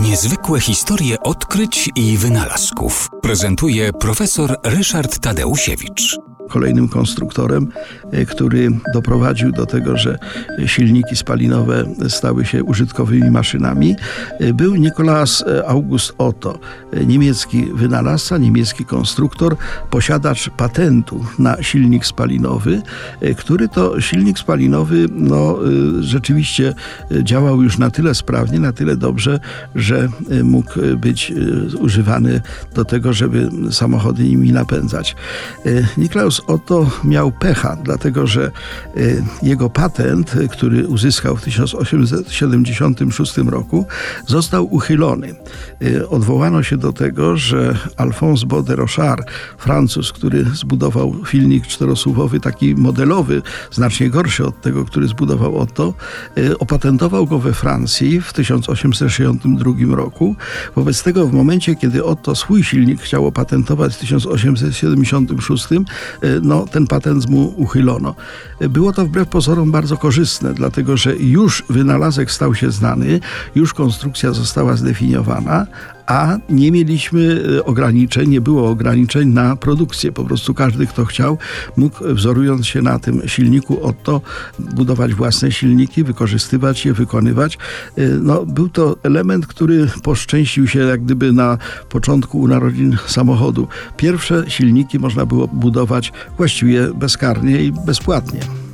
Niezwykłe historie odkryć i wynalazków prezentuje profesor Ryszard Tadeusiewicz. Kolejnym konstruktorem, który doprowadził do tego, że silniki spalinowe stały się użytkowymi maszynami, był Nikolaus August Otto, niemiecki wynalazca, niemiecki konstruktor, posiadacz patentu na silnik spalinowy, który to silnik spalinowy rzeczywiście działał już na tyle sprawnie, na tyle dobrze, że mógł być używany do tego, żeby samochody nimi napędzać. Nikolaus Otto miał pecha, dlatego że jego patent, który uzyskał w 1876 roku, został uchylony. Odwołano się do tego, że Alphonse Baud de Rochard, Francuz, który zbudował silnik czterosuwowy, taki modelowy, znacznie gorszy od tego, który zbudował Otto, opatentował go we Francji w 1862 roku. Wobec tego w momencie, kiedy Otto swój silnik chciał opatentować w 1876, ten patent mu uchylono. Było to wbrew pozorom bardzo korzystne, dlatego że już wynalazek stał się znany, już konstrukcja została zdefiniowana, a nie mieliśmy ograniczeń, nie było ograniczeń na produkcję. Po prostu każdy, kto chciał, mógł, wzorując się na tym silniku Otto, budować własne silniki, wykorzystywać je, wykonywać. Był to element, który poszczęścił się jak gdyby na początku u narodzin samochodu. Pierwsze silniki można było budować właściwie bezkarnie i bezpłatnie.